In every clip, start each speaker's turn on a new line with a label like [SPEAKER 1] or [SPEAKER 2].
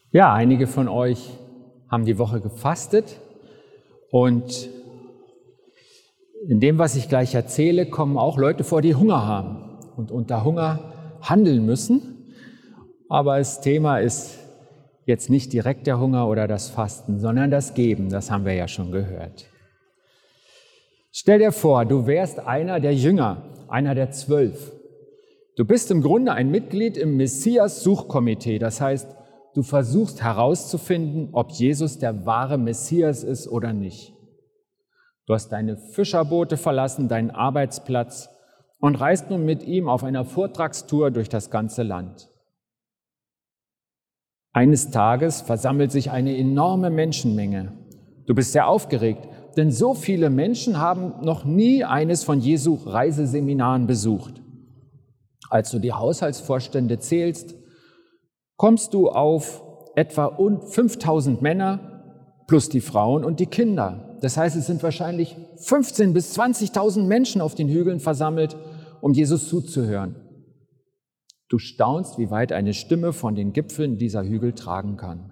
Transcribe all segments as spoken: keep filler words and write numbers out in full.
[SPEAKER 1] Ja, einige von euch haben die Woche gefastet und in dem, was ich gleich erzähle, kommen auch Leute vor, die Hunger haben und unter Hunger handeln müssen. Aber das Thema ist jetzt nicht direkt der Hunger oder das Fasten, sondern das Geben, das haben wir ja schon gehört. Stell dir vor, du wärst einer der Jünger, einer der Zwölf. Du bist im Grunde ein Mitglied im Messias-Suchkomitee, das heißt, du versuchst herauszufinden, ob Jesus der wahre Messias ist oder nicht. Du hast deine Fischerboote verlassen, deinen Arbeitsplatz und reist nun mit ihm auf einer Vortragstour durch das ganze Land. Eines Tages versammelt sich eine enorme Menschenmenge. Du bist sehr aufgeregt, denn so viele Menschen haben noch nie eines von Jesu Reiseseminaren besucht. Als du die Haushaltsvorstände zählst, kommst du auf etwa fünftausend Männer plus die Frauen und die Kinder. Das heißt, es sind wahrscheinlich fünfzehntausend bis zwanzigtausend Menschen auf den Hügeln versammelt, um Jesus zuzuhören. Du staunst, wie weit eine Stimme von den Gipfeln dieser Hügel tragen kann.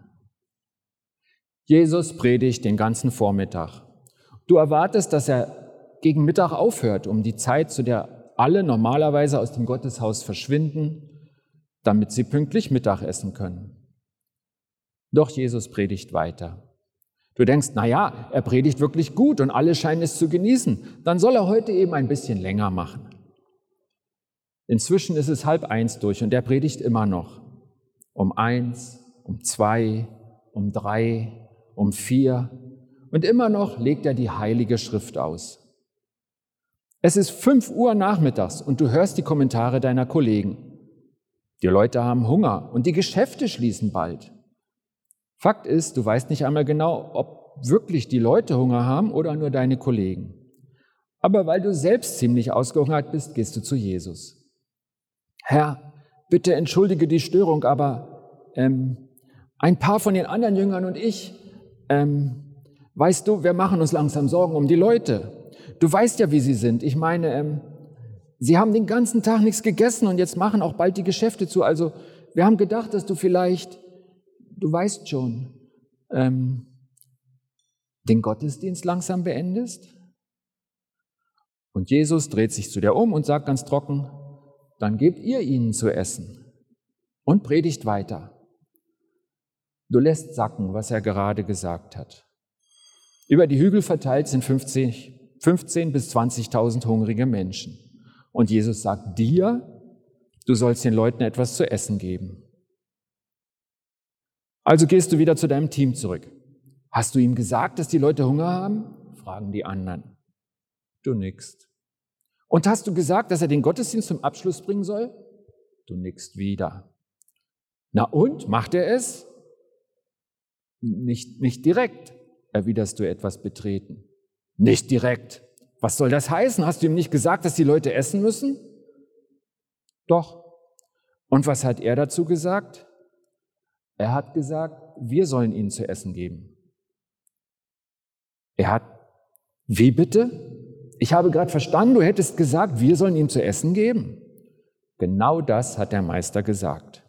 [SPEAKER 1] Jesus predigt den ganzen Vormittag. Du erwartest, dass er gegen Mittag aufhört, um die Zeit, zu der alle normalerweise aus dem Gotteshaus verschwinden, damit sie pünktlich Mittag essen können. Doch Jesus predigt weiter. Du denkst, na ja, er predigt wirklich gut und alle scheinen es zu genießen. Dann soll er heute eben ein bisschen länger machen. Inzwischen ist es halb eins durch und er predigt immer noch. Um eins, um zwei, um drei, um vier und immer noch legt er die Heilige Schrift aus. Es ist fünf Uhr nachmittags und du hörst die Kommentare deiner Kollegen. Die Leute haben Hunger und die Geschäfte schließen bald. Fakt ist, du weißt nicht einmal genau, ob wirklich die Leute Hunger haben oder nur deine Kollegen. Aber weil du selbst ziemlich ausgehungert bist, gehst du zu Jesus. Herr, bitte entschuldige die Störung, aber ähm, ein paar von den anderen Jüngern und ich, ähm, weißt du, wir machen uns langsam Sorgen um die Leute. Du weißt ja, wie sie sind. Ich meine, ähm, sie haben den ganzen Tag nichts gegessen und jetzt machen auch bald die Geschäfte zu. Also wir haben gedacht, dass du vielleicht, du weißt schon, ähm, den Gottesdienst langsam beendest. Und Jesus dreht sich zu dir um und sagt ganz trocken, dann gebt ihr ihnen zu essen und predigt weiter. Du lässt sacken, was er gerade gesagt hat. Über die Hügel verteilt sind fünfzehn bis zwanzigtausend hungrige Menschen. Und Jesus sagt dir, du sollst den Leuten etwas zu essen geben. Also gehst du wieder zu deinem Team zurück. Hast du ihm gesagt, dass die Leute Hunger haben? Fragen die anderen. Du nickst. Und hast du gesagt, dass er den Gottesdienst zum Abschluss bringen soll? Du nickst wieder. Na und, macht er es? Nicht, nicht direkt, erwiderst du etwas betreten. Nicht direkt. Was soll das heißen? Hast du ihm nicht gesagt, dass die Leute essen müssen? Doch. Und was hat er dazu gesagt? Er hat gesagt, wir sollen ihnen zu essen geben. Er hat, wie bitte? Ich habe gerade verstanden, du hättest gesagt, wir sollen ihnen zu essen geben. Genau das hat der Meister gesagt.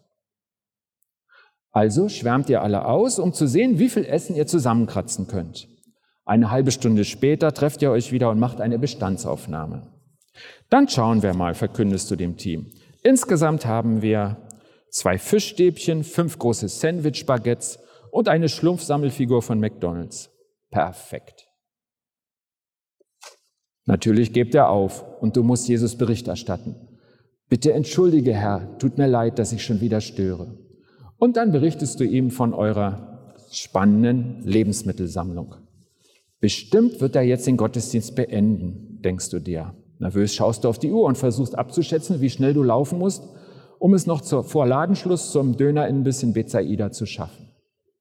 [SPEAKER 1] Also schwärmt ihr alle aus, um zu sehen, wie viel Essen ihr zusammenkratzen könnt. Eine halbe Stunde später trefft ihr euch wieder und macht eine Bestandsaufnahme. Dann schauen wir mal, verkündest du dem Team. Insgesamt haben wir zwei Fischstäbchen, fünf große Sandwich-Baguettes und eine Schlumpfsammelfigur von McDonald's. Perfekt. Natürlich gebt er auf und du musst Jesus Bericht erstatten. Bitte entschuldige, Herr, tut mir leid, dass ich schon wieder störe. Und dann berichtest du ihm von eurer spannenden Lebensmittelsammlung. Bestimmt wird er jetzt den Gottesdienst beenden, denkst du dir. Nervös schaust du auf die Uhr und versuchst abzuschätzen, wie schnell du laufen musst, um es noch zur, vor Ladenschluss zum Dönerimbiss in Bethsaida zu schaffen.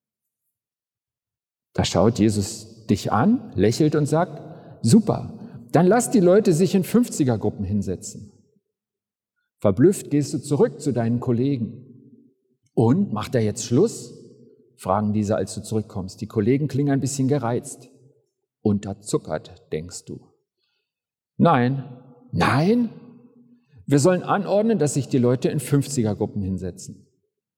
[SPEAKER 1] Da schaut Jesus dich an, lächelt und sagt, super, dann lass die Leute sich in fünfziger-Gruppen hinsetzen. Verblüfft gehst du zurück zu deinen Kollegen. Und, macht er jetzt Schluss? Fragen diese, als du zurückkommst. Die Kollegen klingen ein bisschen gereizt. Unterzuckert, denkst du. Nein, nein, wir sollen anordnen, dass sich die Leute in fünfziger-Gruppen hinsetzen.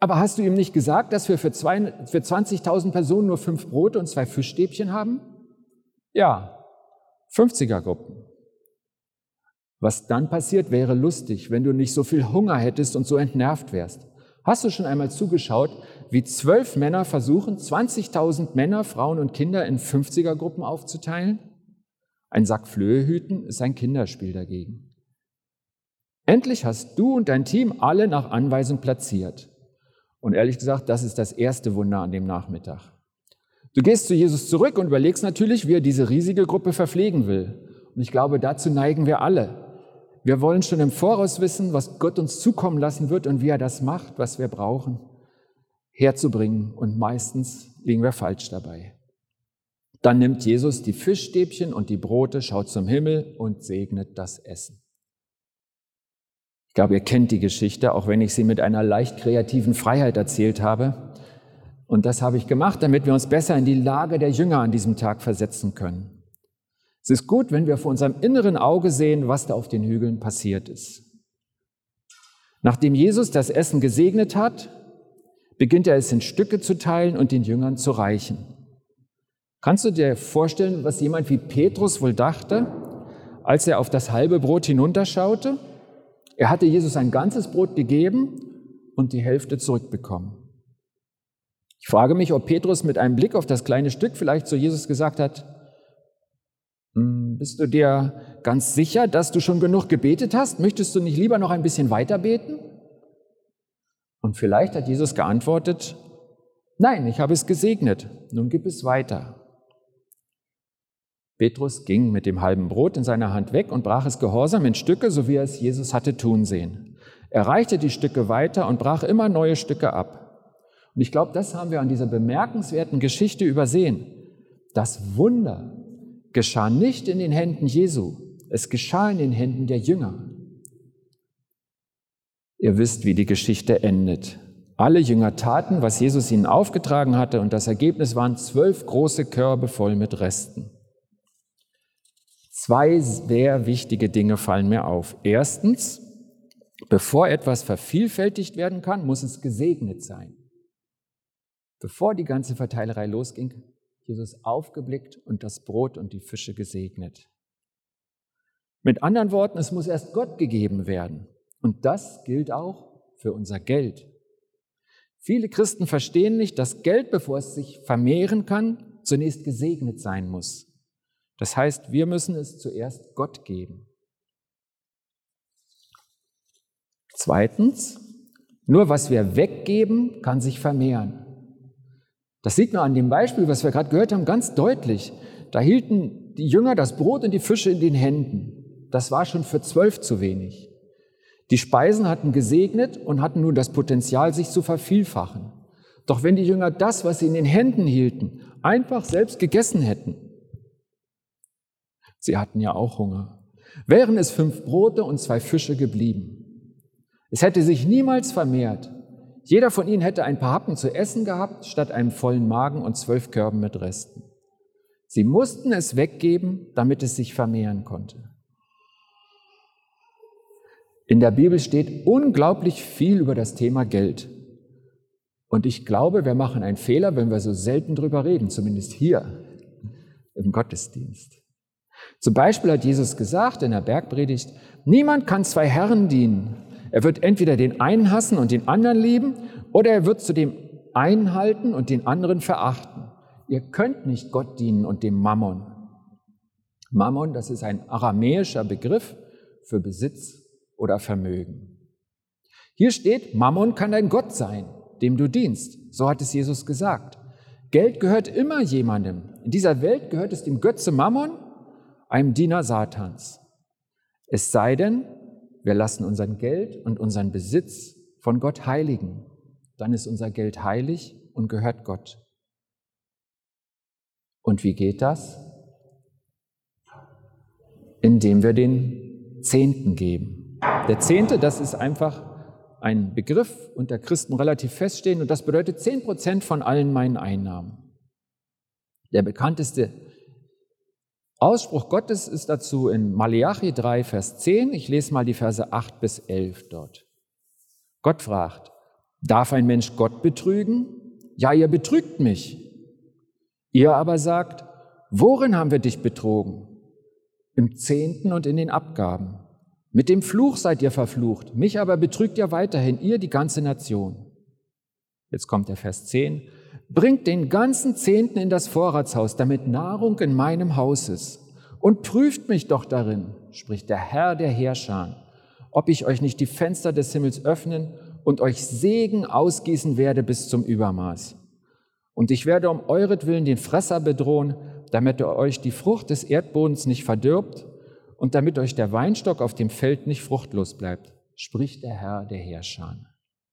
[SPEAKER 1] Aber hast du ihm nicht gesagt, dass wir für, für zwanzigtausend Personen nur fünf Brote und zwei Fischstäbchen haben? Ja, fünfziger-Gruppen. Was dann passiert, wäre lustig, wenn du nicht so viel Hunger hättest und so entnervt wärst. Hast du schon einmal zugeschaut, wie zwölf Männer versuchen, zwanzigtausend Männer, Frauen und Kinder in fünfziger-Gruppen aufzuteilen? Ein Sack Flöhe hüten ist ein Kinderspiel dagegen. Endlich hast du und dein Team alle nach Anweisung platziert. Und ehrlich gesagt, das ist das erste Wunder an dem Nachmittag. Du gehst zu Jesus zurück und überlegst natürlich, wie er diese riesige Gruppe verpflegen will. Und ich glaube, dazu neigen wir alle. Wir wollen schon im Voraus wissen, was Gott uns zukommen lassen wird und wie er das macht, was wir brauchen, herzubringen. Und meistens liegen wir falsch dabei. Dann nimmt Jesus die Fischstäbchen und die Brote, schaut zum Himmel und segnet das Essen. Ich glaube, ihr kennt die Geschichte, auch wenn ich sie mit einer leicht kreativen Freiheit erzählt habe. Und das habe ich gemacht, damit wir uns besser in die Lage der Jünger an diesem Tag versetzen können. Es ist gut, wenn wir vor unserem inneren Auge sehen, was da auf den Hügeln passiert ist. Nachdem Jesus das Essen gesegnet hat, beginnt er es in Stücke zu teilen und den Jüngern zu reichen. Kannst du dir vorstellen, was jemand wie Petrus wohl dachte, als er auf das halbe Brot hinunterschaute? Er hatte Jesus ein ganzes Brot gegeben und die Hälfte zurückbekommen. Ich frage mich, ob Petrus mit einem Blick auf das kleine Stück vielleicht zu Jesus gesagt hat: Bist du dir ganz sicher, dass du schon genug gebetet hast? Möchtest du nicht lieber noch ein bisschen weiter beten? Und vielleicht hat Jesus geantwortet: Nein, ich habe es gesegnet, nun gib es weiter. Petrus ging mit dem halben Brot in seiner Hand weg und brach es gehorsam in Stücke, so wie er es Jesus hatte tun sehen. Er reichte die Stücke weiter und brach immer neue Stücke ab. Und ich glaube, das haben wir an dieser bemerkenswerten Geschichte übersehen. Das Wunder geschah nicht in den Händen Jesu, es geschah in den Händen der Jünger. Ihr wisst, wie die Geschichte endet. Alle Jünger taten, was Jesus ihnen aufgetragen hatte, und das Ergebnis waren zwölf große Körbe voll mit Resten. Zwei sehr wichtige Dinge fallen mir auf. Erstens, bevor etwas vervielfältigt werden kann, muss es gesegnet sein. Bevor die ganze Verteilerei losging, Jesus aufgeblickt und das Brot und die Fische gesegnet. Mit anderen Worten, es muss erst Gott gegeben werden. Und das gilt auch für unser Geld. Viele Christen verstehen nicht, dass Geld, bevor es sich vermehren kann, zunächst gesegnet sein muss. Das heißt, wir müssen es zuerst Gott geben. Zweitens, nur was wir weggeben, kann sich vermehren. Das sieht man an dem Beispiel, was wir gerade gehört haben, ganz deutlich. Da hielten die Jünger das Brot und die Fische in den Händen. Das war schon für zwölf zu wenig. Die Speisen hatten gesegnet und hatten nun das Potenzial, sich zu vervielfachen. Doch wenn die Jünger das, was sie in den Händen hielten, einfach selbst gegessen hätten, sie hatten ja auch Hunger, wären es fünf Brote und zwei Fische geblieben. Es hätte sich niemals vermehrt. Jeder von ihnen hätte ein paar Happen zu essen gehabt, statt einem vollen Magen und zwölf Körben mit Resten. Sie mussten es weggeben, damit es sich vermehren konnte. In der Bibel steht unglaublich viel über das Thema Geld. Und ich glaube, wir machen einen Fehler, wenn wir so selten drüber reden, zumindest hier im Gottesdienst. Zum Beispiel hat Jesus gesagt in der Bergpredigt: Niemand kann zwei Herren dienen. Er wird entweder den einen hassen und den anderen lieben, oder er wird zu dem einen halten und den anderen verachten. Ihr könnt nicht Gott dienen und dem Mammon. Mammon, das ist ein aramäischer Begriff für Besitz oder Vermögen. Hier steht, Mammon kann dein Gott sein, dem du dienst. So hat es Jesus gesagt. Geld gehört immer jemandem. In dieser Welt gehört es dem Götze Mammon, einem Diener Satans. Es sei denn, wir lassen unseren Geld und unseren Besitz von Gott heiligen. Dann ist unser Geld heilig und gehört Gott. Und wie geht das? Indem wir den Zehnten geben. Der Zehnte, das ist einfach ein Begriff unter Christen relativ feststehend, und das bedeutet zehn Prozent von allen meinen Einnahmen. Der bekannteste Ausspruch Gottes ist dazu in Maleachi drei, Vers zehn. Ich lese mal die Verse acht bis elf dort. Gott fragt: Darf ein Mensch Gott betrügen? Ja, ihr betrügt mich. Ihr aber sagt, worin haben wir dich betrogen? Im Zehnten und in den Abgaben. Mit dem Fluch seid ihr verflucht, mich aber betrügt ihr weiterhin, ihr die ganze Nation. Jetzt kommt der Vers zehn. Bringt den ganzen Zehnten in das Vorratshaus, damit Nahrung in meinem Haus ist. Und prüft mich doch darin, spricht der Herr der Heerscharen, ob ich euch nicht die Fenster des Himmels öffnen und euch Segen ausgießen werde bis zum Übermaß. Und ich werde um euretwillen den Fresser bedrohen, damit er euch die Frucht des Erdbodens nicht verdirbt und damit euch der Weinstock auf dem Feld nicht fruchtlos bleibt, spricht der Herr der Heerscharen.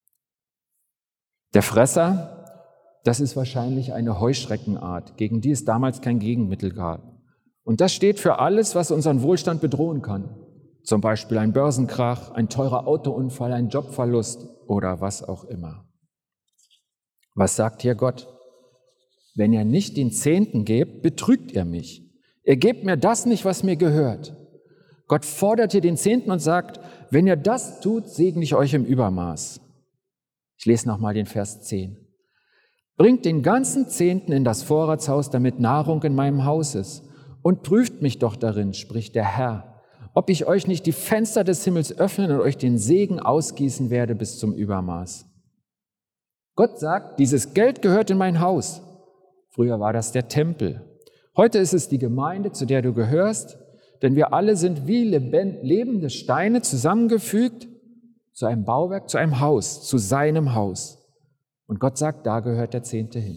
[SPEAKER 1] Der Fresser, das ist wahrscheinlich eine Heuschreckenart, gegen die es damals kein Gegenmittel gab. Und das steht für alles, was unseren Wohlstand bedrohen kann. Zum Beispiel ein Börsenkrach, ein teurer Autounfall, ein Jobverlust oder was auch immer. Was sagt hier Gott? Wenn ihr nicht den Zehnten gebt, betrügt ihr mich. Ihr gebt mir das nicht, was mir gehört. Gott fordert hier den Zehnten und sagt, wenn ihr das tut, segne ich euch im Übermaß. Ich lese nochmal den Vers zehn. Bringt den ganzen Zehnten in das Vorratshaus, damit Nahrung in meinem Haus ist. Und prüft mich doch darin, spricht der Herr, ob ich euch nicht die Fenster des Himmels öffnen und euch den Segen ausgießen werde bis zum Übermaß. Gott sagt, dieses Geld gehört in mein Haus. Früher war das der Tempel. Heute ist es die Gemeinde, zu der du gehörst, denn wir alle sind wie lebende Steine zusammengefügt zu einem Bauwerk, zu einem Haus, zu seinem Haus. Und Gott sagt, da gehört der Zehnte hin.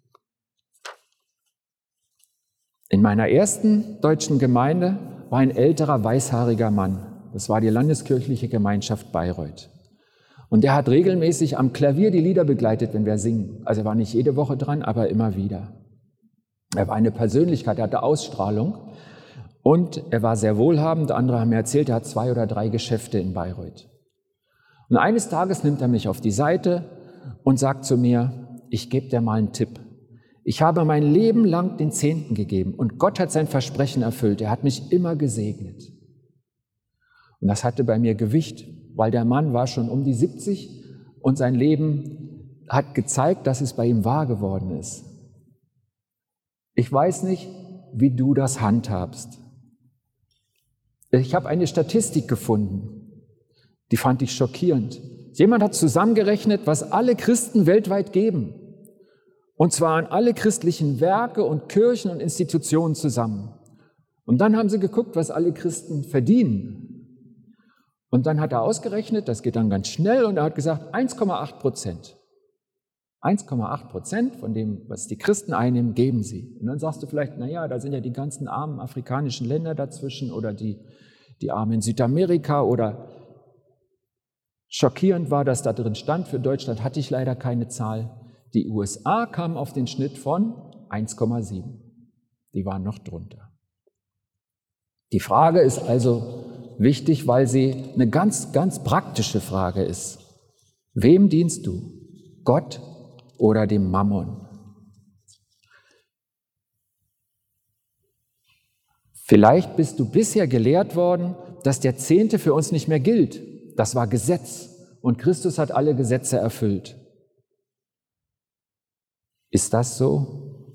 [SPEAKER 1] In meiner ersten deutschen Gemeinde war ein älterer, weißhaariger Mann. Das war die Landeskirchliche Gemeinschaft Bayreuth. Und der hat regelmäßig am Klavier die Lieder begleitet, wenn wir singen. Also er war nicht jede Woche dran, aber immer wieder. Er war eine Persönlichkeit, er hatte Ausstrahlung und er war sehr wohlhabend. Andere haben mir erzählt, er hat zwei oder drei Geschäfte in Bayreuth. Und eines Tages nimmt er mich auf die Seite und sagt zu mir, ich gebe dir mal einen Tipp. Ich habe mein Leben lang den Zehnten gegeben und Gott hat sein Versprechen erfüllt. Er hat mich immer gesegnet. Und das hatte bei mir Gewicht, weil der Mann war schon um die siebzig und sein Leben hat gezeigt, dass es bei ihm wahr geworden ist. Ich weiß nicht, wie du das handhabst. Ich habe eine Statistik gefunden, die fand ich schockierend. Jemand hat zusammengerechnet, was alle Christen weltweit geben. Und zwar an alle christlichen Werke und Kirchen und Institutionen zusammen. Und dann haben sie geguckt, was alle Christen verdienen. Und dann hat er ausgerechnet, das geht dann ganz schnell, und er hat gesagt, eins Komma acht Prozent. eins Komma acht Prozent von dem, was die Christen einnehmen, geben sie. Und dann sagst du vielleicht, naja, da sind ja die ganzen armen afrikanischen Länder dazwischen oder die, die Armen in Südamerika oder schockierend war, dass da drin stand. Für Deutschland hatte ich leider keine Zahl. Die U S A kamen auf den Schnitt von eins Komma sieben. Die waren noch drunter. Die Frage ist also wichtig, weil sie eine ganz, ganz praktische Frage ist. Wem dienst du? Gott oder dem Mammon? Vielleicht bist du bisher gelehrt worden, dass der Zehnte für uns nicht mehr gilt. Das war Gesetz und Christus hat alle Gesetze erfüllt. Ist das so?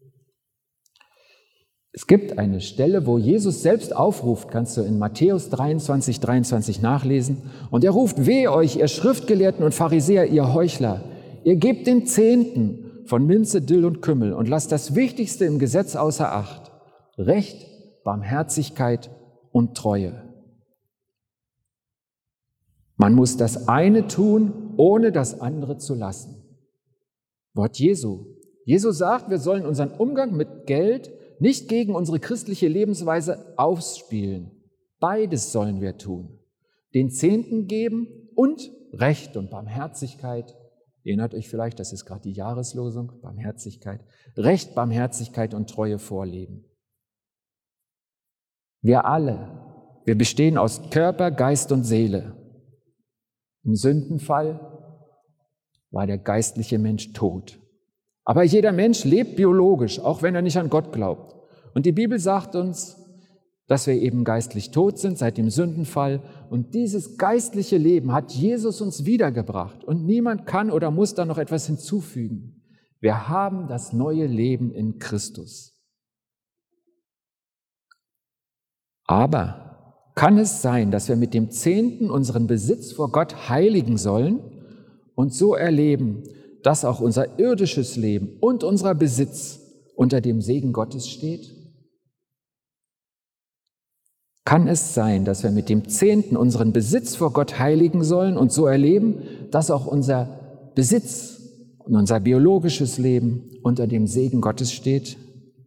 [SPEAKER 1] Es gibt eine Stelle, wo Jesus selbst aufruft, kannst du in Matthäus dreiundzwanzig, dreiundzwanzig nachlesen. Und er ruft, wehe euch, ihr Schriftgelehrten und Pharisäer, ihr Heuchler. Ihr gebt den Zehnten von Minze, Dill und Kümmel und lasst das Wichtigste im Gesetz außer Acht. Recht, Barmherzigkeit und Treue. Man muss das eine tun, ohne das andere zu lassen. Wort Jesu. Jesus sagt, wir sollen unseren Umgang mit Geld nicht gegen unsere christliche Lebensweise ausspielen. Beides sollen wir tun. Den Zehnten geben und Recht und Barmherzigkeit. Ihr erinnert euch vielleicht, das ist gerade die Jahreslosung, Barmherzigkeit. Recht, Barmherzigkeit und Treue vorleben. Wir alle, wir bestehen aus Körper, Geist und Seele. Im Sündenfall war der geistliche Mensch tot. Aber jeder Mensch lebt biologisch, auch wenn er nicht an Gott glaubt. Und die Bibel sagt uns, dass wir eben geistlich tot sind seit dem Sündenfall. Und dieses geistliche Leben hat Jesus uns wiedergebracht. Und niemand kann oder muss da noch etwas hinzufügen. Wir haben das neue Leben in Christus. Aber kann es sein, dass wir mit dem Zehnten unseren Besitz vor Gott heiligen sollen und so erleben, dass auch unser irdisches Leben und unser Besitz unter dem Segen Gottes steht? Kann es sein, dass wir mit dem Zehnten unseren Besitz vor Gott heiligen sollen und so erleben, dass auch unser Besitz und unser biologisches Leben unter dem Segen Gottes steht?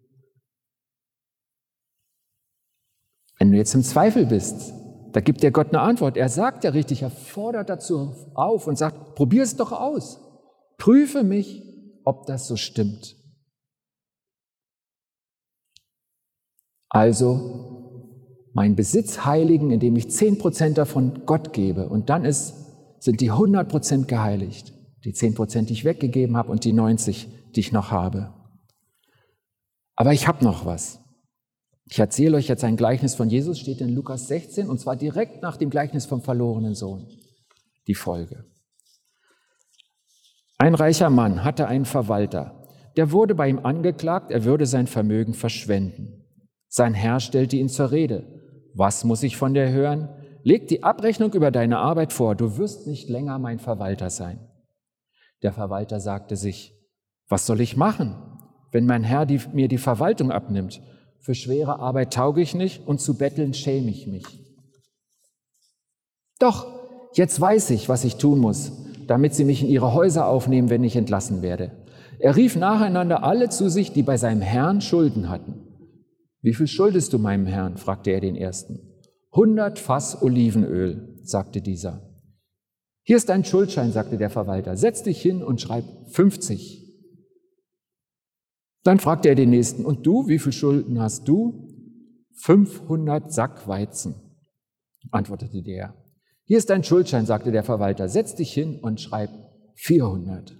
[SPEAKER 1] Wenn du jetzt im Zweifel bist, da gibt dir Gott eine Antwort. Er sagt ja richtig, er fordert dazu auf und sagt, probier es doch aus. Prüfe mich, ob das so stimmt. Also mein Besitz heiligen, indem ich zehn Prozent davon Gott gebe. Und dann ist, sind die hundert Prozent geheiligt. Die zehn Prozent, die ich weggegeben habe und die neunzig, die ich noch habe. Aber ich habe noch was. Ich erzähle euch jetzt ein Gleichnis von Jesus, steht in Lukas sechzehn, und zwar direkt nach dem Gleichnis vom verlorenen Sohn. Die Folge. Ein reicher Mann hatte einen Verwalter. Der wurde bei ihm angeklagt, er würde sein Vermögen verschwenden. Sein Herr stellte ihn zur Rede. Was muss ich von dir hören? Leg die Abrechnung über deine Arbeit vor, du wirst nicht länger mein Verwalter sein. Der Verwalter sagte sich, was soll ich machen, wenn mein Herr die, mir die Verwaltung abnimmt? Für schwere Arbeit tauge ich nicht und zu betteln schäme ich mich. Doch, jetzt weiß ich, was ich tun muss, damit sie mich in ihre Häuser aufnehmen, wenn ich entlassen werde. Er rief nacheinander alle zu sich, die bei seinem Herrn Schulden hatten. Wie viel schuldest du meinem Herrn? Fragte er den ersten. Hundert Fass Olivenöl, sagte dieser. Hier ist ein Schuldschein, sagte der Verwalter. Setz dich hin und schreib fünfzig. Dann fragte er den nächsten, und du, wie viel Schulden hast du? fünfhundert Sack Weizen, antwortete der. Hier ist ein Schuldschein, sagte der Verwalter. Setz dich hin und schreib vierhundert.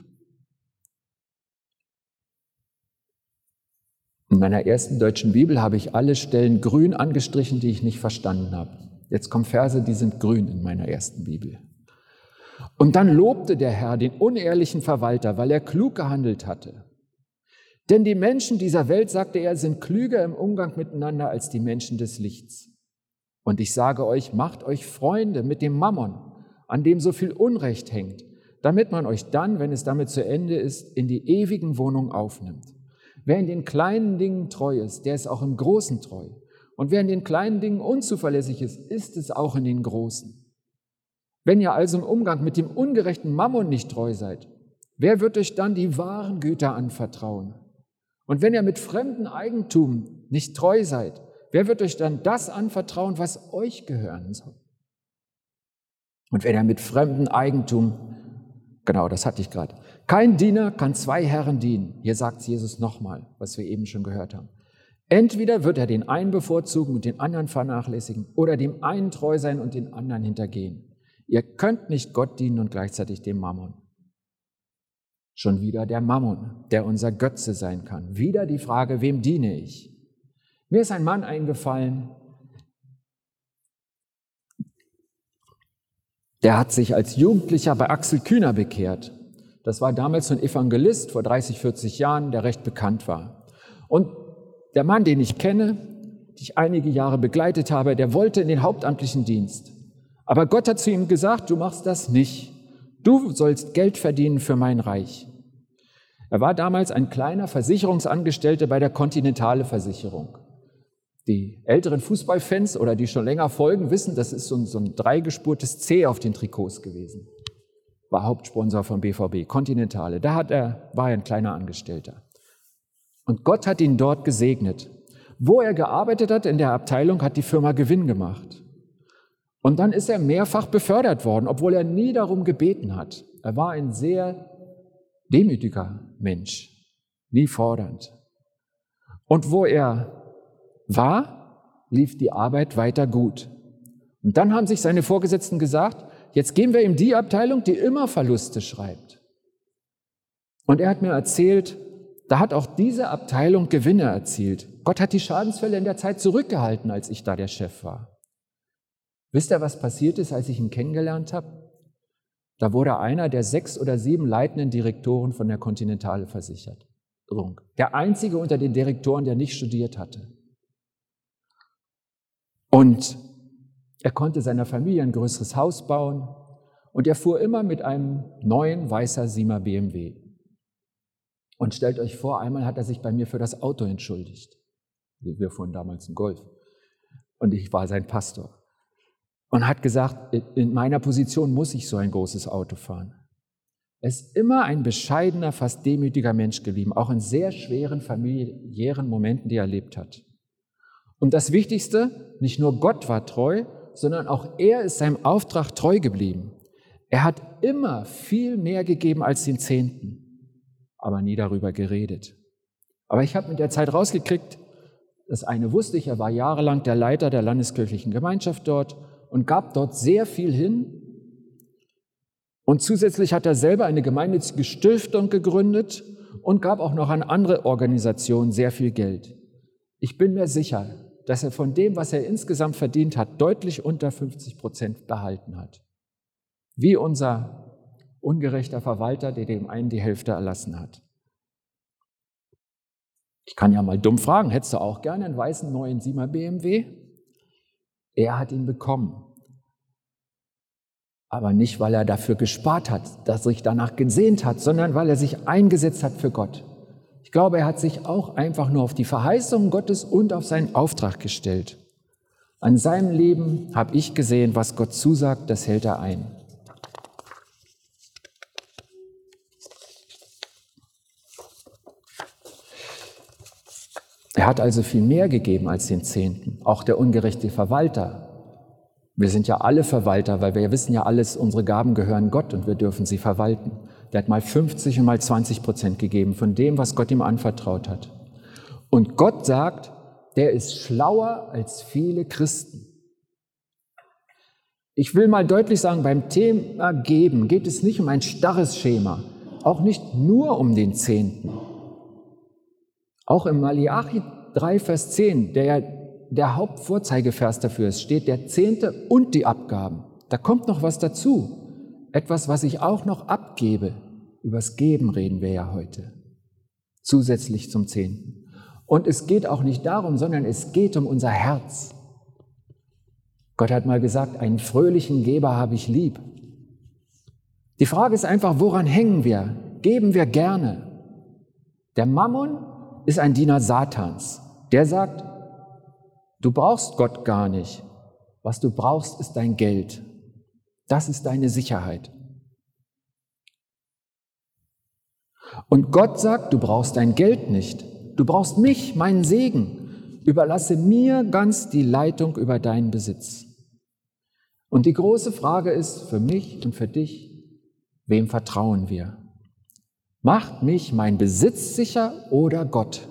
[SPEAKER 1] In meiner ersten deutschen Bibel habe ich alle Stellen grün angestrichen, die ich nicht verstanden habe. Jetzt kommen Verse, die sind grün in meiner ersten Bibel. Und dann lobte der Herr den unehrlichen Verwalter, weil er klug gehandelt hatte. Denn die Menschen dieser Welt, sagte er, sind klüger im Umgang miteinander als die Menschen des Lichts. Und ich sage euch, macht euch Freunde mit dem Mammon, an dem so viel Unrecht hängt, damit man euch dann, wenn es damit zu Ende ist, in die ewigen Wohnungen aufnimmt. Wer in den kleinen Dingen treu ist, der ist auch im Großen treu. Und wer in den kleinen Dingen unzuverlässig ist, ist es auch in den Großen. Wenn ihr also im Umgang mit dem ungerechten Mammon nicht treu seid, wer wird euch dann die wahren Güter anvertrauen? Und wenn ihr mit fremdem Eigentum nicht treu seid, wer wird euch dann das anvertrauen, was euch gehören soll? Und wenn ihr mit fremdem Eigentum, genau, das hatte ich gerade, kein Diener kann zwei Herren dienen. Hier sagt Jesus nochmal, was wir eben schon gehört haben. Entweder wird er den einen bevorzugen und den anderen vernachlässigen oder dem einen treu sein und den anderen hintergehen. Ihr könnt nicht Gott dienen und gleichzeitig dem Mammon. Schon wieder der Mammon, der unser Götze sein kann. Wieder die Frage, wem diene ich? Mir ist ein Mann eingefallen, der hat sich als Jugendlicher bei Axel Kühner bekehrt. Das war damals so ein Evangelist vor dreißig, vierzig Jahren, der recht bekannt war. Und der Mann, den ich kenne, den ich einige Jahre begleitet habe, der wollte in den hauptamtlichen Dienst. Aber Gott hat zu ihm gesagt, du machst das nicht. Du sollst Geld verdienen für mein Reich. Er war damals ein kleiner Versicherungsangestellter bei der Continentale Versicherung. Die älteren Fußballfans oder die schon länger folgen, wissen, das ist so ein, so ein dreigespurtes C auf den Trikots gewesen. War Hauptsponsor von B V B, Continentale. Da hat er, war er ein kleiner Angestellter. Und Gott hat ihn dort gesegnet. Wo er gearbeitet hat in der Abteilung, hat die Firma Gewinn gemacht. Und dann ist er mehrfach befördert worden, obwohl er nie darum gebeten hat. Er war ein sehr demütiger Mensch, nie fordernd. Und wo er war, lief die Arbeit weiter gut. Und dann haben sich seine Vorgesetzten gesagt, jetzt geben wir ihm die Abteilung, die immer Verluste schreibt. Und er hat mir erzählt, Da hat auch diese Abteilung Gewinne erzielt. Gott hat die Schadensfälle in der Zeit zurückgehalten, als ich da der Chef war. Wisst ihr, was passiert ist, als ich ihn kennengelernt habe? Da wurde einer der sechs oder sieben leitenden Direktoren von der Continentale Versicherung. Der einzige unter den Direktoren, der nicht studiert hatte. Und er konnte seiner Familie ein größeres Haus bauen und er fuhr immer mit einem neuen weißer Siemer B M W. Und stellt euch vor, einmal hat er sich bei mir für das Auto entschuldigt. Wir fuhren damals einen Golf und ich war sein Pastor. Und hat gesagt, in meiner Position muss ich so ein großes Auto fahren. Er ist immer ein bescheidener, fast demütiger Mensch geblieben, auch in sehr schweren familiären Momenten, die er erlebt hat. Und das Wichtigste, nicht nur Gott war treu, sondern auch er ist seinem Auftrag treu geblieben. Er hat immer viel mehr gegeben als den Zehnten, aber nie darüber geredet. Aber ich habe mit der Zeit rausgekriegt, das eine wusste ich, er war jahrelang der Leiter der landeskirchlichen Gemeinschaft dort und gab dort sehr viel hin. Und zusätzlich hat er selber eine gemeinnützige Stiftung gegründet und gab auch noch an andere Organisationen sehr viel Geld. Ich bin mir sicher, dass er von dem, was er insgesamt verdient hat, deutlich unter fünfzig Prozent behalten hat. Wie unser ungerechter Verwalter, der dem einen die Hälfte erlassen hat. Ich kann ja mal dumm fragen, hättest du auch gerne einen weißen neuen Siemer B M W? Er hat ihn bekommen. Aber nicht, weil er dafür gespart hat, dass er sich danach gesehnt hat, sondern weil er sich eingesetzt hat für Gott. Ich glaube, er hat sich auch einfach nur auf die Verheißungen Gottes und auf seinen Auftrag gestellt. An seinem Leben habe ich gesehen, was Gott zusagt, das hält er ein. Er hat also viel mehr gegeben als den Zehnten, auch der ungerechte Verwalter. Wir sind ja alle Verwalter, weil wir wissen ja alles, unsere Gaben gehören Gott und wir dürfen sie verwalten. Der hat mal fünfzig und mal zwanzig Prozent gegeben von dem, was Gott ihm anvertraut hat. Und Gott sagt, der ist schlauer als viele Christen. Ich will mal deutlich sagen, beim Thema Geben geht es nicht um ein starres Schema, auch nicht nur um den Zehnten. Auch im Malachi drei, Vers zehn, der ja der Hauptvorzeigevers dafür ist, steht der Zehnte und die Abgaben. Da kommt noch was dazu. Etwas, was ich auch noch abgebe. Übers Geben reden wir ja heute. Zusätzlich zum Zehnten. Und es geht auch nicht darum, sondern es geht um unser Herz. Gott hat mal gesagt, einen fröhlichen Geber habe ich lieb. Die Frage ist einfach, woran hängen wir? Geben wir gerne? Der Mammon ist ein Diener Satans. Der sagt, du brauchst Gott gar nicht. Was du brauchst, ist dein Geld. Das ist deine Sicherheit. Und Gott sagt, du brauchst dein Geld nicht. Du brauchst mich, meinen Segen. Überlasse mir ganz die Leitung über deinen Besitz. Und die große Frage ist für mich und für dich, wem vertrauen wir? Macht mich mein Besitz sicher oder Gott?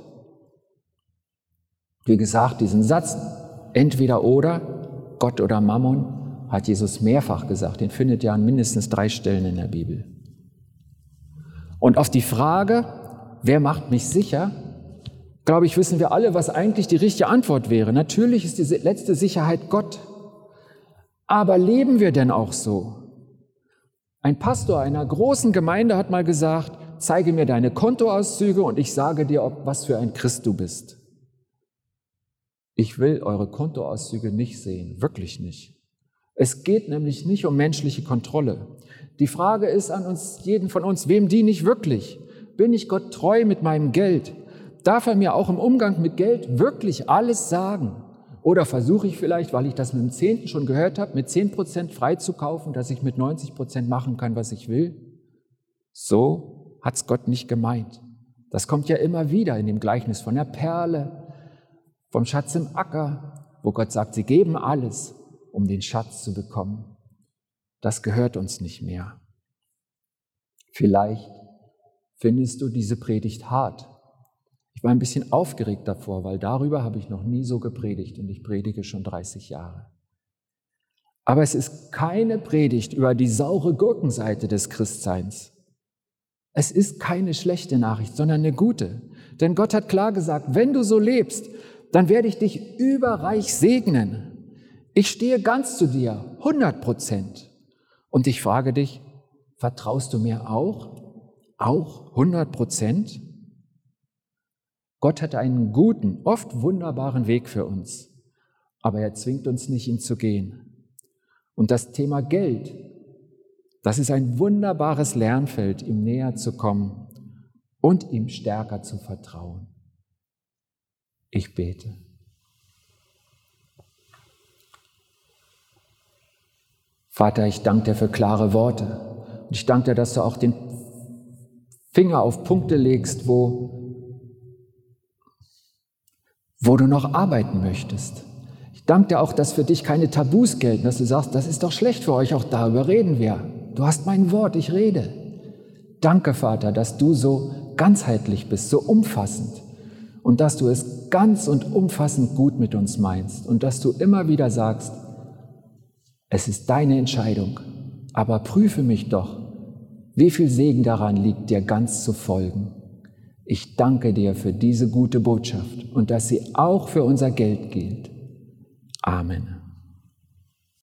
[SPEAKER 1] Wie gesagt, diesen Satz, entweder oder, Gott oder Mammon, hat Jesus mehrfach gesagt. Den findet ihr an mindestens drei Stellen in der Bibel. Und auf die Frage, wer macht mich sicher, glaube ich, wissen wir alle, was eigentlich die richtige Antwort wäre. Natürlich ist die letzte Sicherheit Gott. Aber leben wir denn auch so? Ein Pastor einer großen Gemeinde hat mal gesagt, zeige mir deine Kontoauszüge und ich sage dir, ob was für ein Christ du bist. Ich will eure Kontoauszüge nicht sehen, wirklich nicht. Es geht nämlich nicht um menschliche Kontrolle. Die Frage ist an uns, jeden von uns, wem diene ich wirklich? Bin ich Gott treu mit meinem Geld? Darf er mir auch im Umgang mit Geld wirklich alles sagen? Oder versuche ich vielleicht, weil ich das mit dem Zehnten schon gehört habe, mit zehn Prozent freizukaufen, dass ich mit neunzig Prozent machen kann, was ich will? So hat's Gott nicht gemeint. Das kommt ja immer wieder in dem Gleichnis von der Perle, vom Schatz im Acker, wo Gott sagt, sie geben alles, um den Schatz zu bekommen. Das gehört uns nicht mehr. Vielleicht findest du diese Predigt hart. Ich war ein bisschen aufgeregt davor, weil darüber habe ich noch nie so gepredigt und ich predige schon dreißig Jahre. Aber es ist keine Predigt über die saure Gurkenseite des Christseins. Es ist keine schlechte Nachricht, sondern eine gute. Denn Gott hat klar gesagt, wenn du so lebst, dann werde ich dich überreich segnen. Ich stehe ganz zu dir, hundert Prozent. Und ich frage dich, vertraust du mir auch? Auch hundert Prozent? Gott hat einen guten, oft wunderbaren Weg für uns. Aber er zwingt uns nicht, ihn zu gehen. Und das Thema Geld, das ist ein wunderbares Lernfeld, ihm näher zu kommen und ihm stärker zu vertrauen. Ich bete. Vater, ich danke dir für klare Worte. Und ich danke dir, dass du auch den Finger auf Punkte legst, wo, wo du noch arbeiten möchtest. Ich danke dir auch, dass für dich keine Tabus gelten, dass du sagst, das ist doch schlecht für euch, auch darüber reden wir. Du hast mein Wort, ich rede. Danke, Vater, dass du so ganzheitlich bist, so umfassend und dass du es ganz und umfassend gut mit uns meinst und dass du immer wieder sagst, es ist deine Entscheidung, aber prüfe mich doch, wie viel Segen daran liegt, dir ganz zu folgen. Ich danke dir für diese gute Botschaft und dass sie auch für unser Geld gilt. Amen.